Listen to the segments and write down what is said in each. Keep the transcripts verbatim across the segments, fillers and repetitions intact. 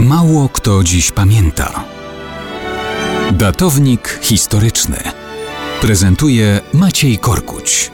Mało kto dziś pamięta. Datownik historyczny prezentuje Maciej Korkuć.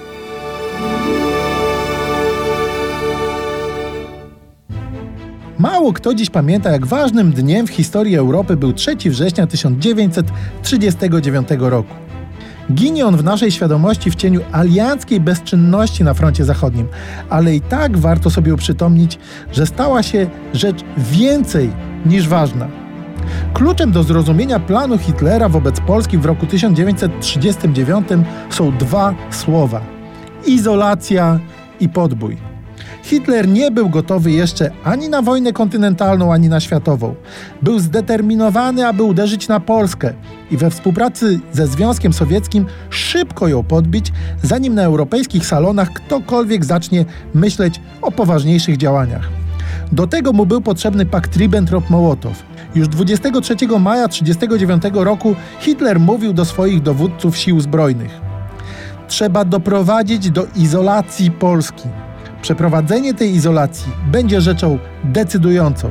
Mało kto dziś pamięta, jak ważnym dniem w historii Europy był trzeciego września tysiąc dziewięćset trzydziestego dziewiątego roku. Ginie on w naszej świadomości w cieniu alianckiej bezczynności na froncie zachodnim, ale i tak warto sobie uprzytomnić, że stała się rzecz więcej niż ważna. Kluczem do zrozumienia planu Hitlera wobec Polski w roku tysiąc dziewięćset trzydziestym dziewiątym są dwa słowa: izolacja i podbój. Hitler nie był gotowy jeszcze ani na wojnę kontynentalną, ani na światową. Był zdeterminowany, aby uderzyć na Polskę i we współpracy ze Związkiem Sowieckim szybko ją podbić, zanim na europejskich salonach ktokolwiek zacznie myśleć o poważniejszych działaniach. Do tego mu był potrzebny pakt Ribbentrop-Mołotow. Już dwudziestego trzeciego maja tysiąc dziewięćset trzydziestego dziewiątego roku Hitler mówił do swoich dowódców sił zbrojnych: trzeba doprowadzić do izolacji Polski. Przeprowadzenie tej izolacji będzie rzeczą decydującą.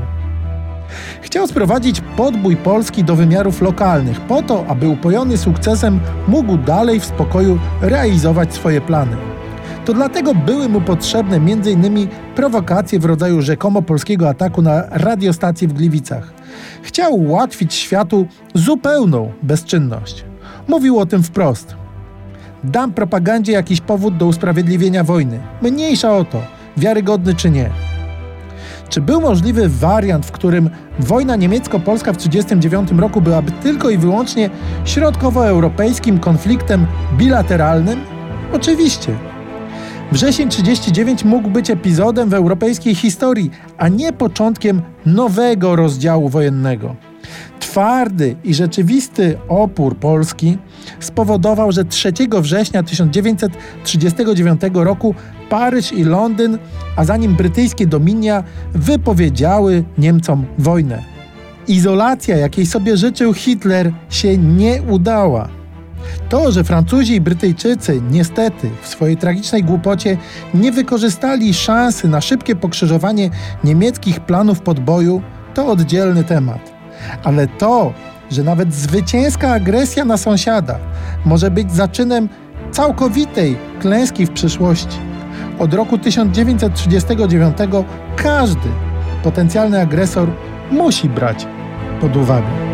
Chciał sprowadzić podbój Polski do wymiarów lokalnych, po to, aby upojony sukcesem mógł dalej w spokoju realizować swoje plany. To dlatego były mu potrzebne między innymi prowokacje w rodzaju rzekomo polskiego ataku na radiostację w Gliwicach. Chciał ułatwić światu zupełną bezczynność. Mówił o tym wprost: dam propagandzie jakiś powód do usprawiedliwienia wojny. Mniejsza o to, wiarygodny czy nie. Czy był możliwy wariant, w którym wojna niemiecko-polska w tysiąc dziewięćset trzydziestym dziewiątym roku byłaby tylko i wyłącznie środkowoeuropejskim konfliktem bilateralnym? Oczywiście. Wrzesień tysiąc dziewięćset trzydziesty dziewiąty mógł być epizodem w europejskiej historii, a nie początkiem nowego rozdziału wojennego. Twardy i rzeczywisty opór Polski spowodował, że trzeciego września tysiąc dziewięćset trzydziestego dziewiątego roku Paryż i Londyn, a za nim brytyjskie Dominia, wypowiedziały Niemcom wojnę. Izolacja, jakiej sobie życzył Hitler, się nie udała. To, że Francuzi i Brytyjczycy niestety w swojej tragicznej głupocie nie wykorzystali szansy na szybkie pokrzyżowanie niemieckich planów podboju, to oddzielny temat. Ale to, że nawet zwycięska agresja na sąsiada może być zaczynem całkowitej klęski w przyszłości. Od roku tysiąc dziewięćset trzydziestego dziewiątego każdy potencjalny agresor musi brać pod uwagę.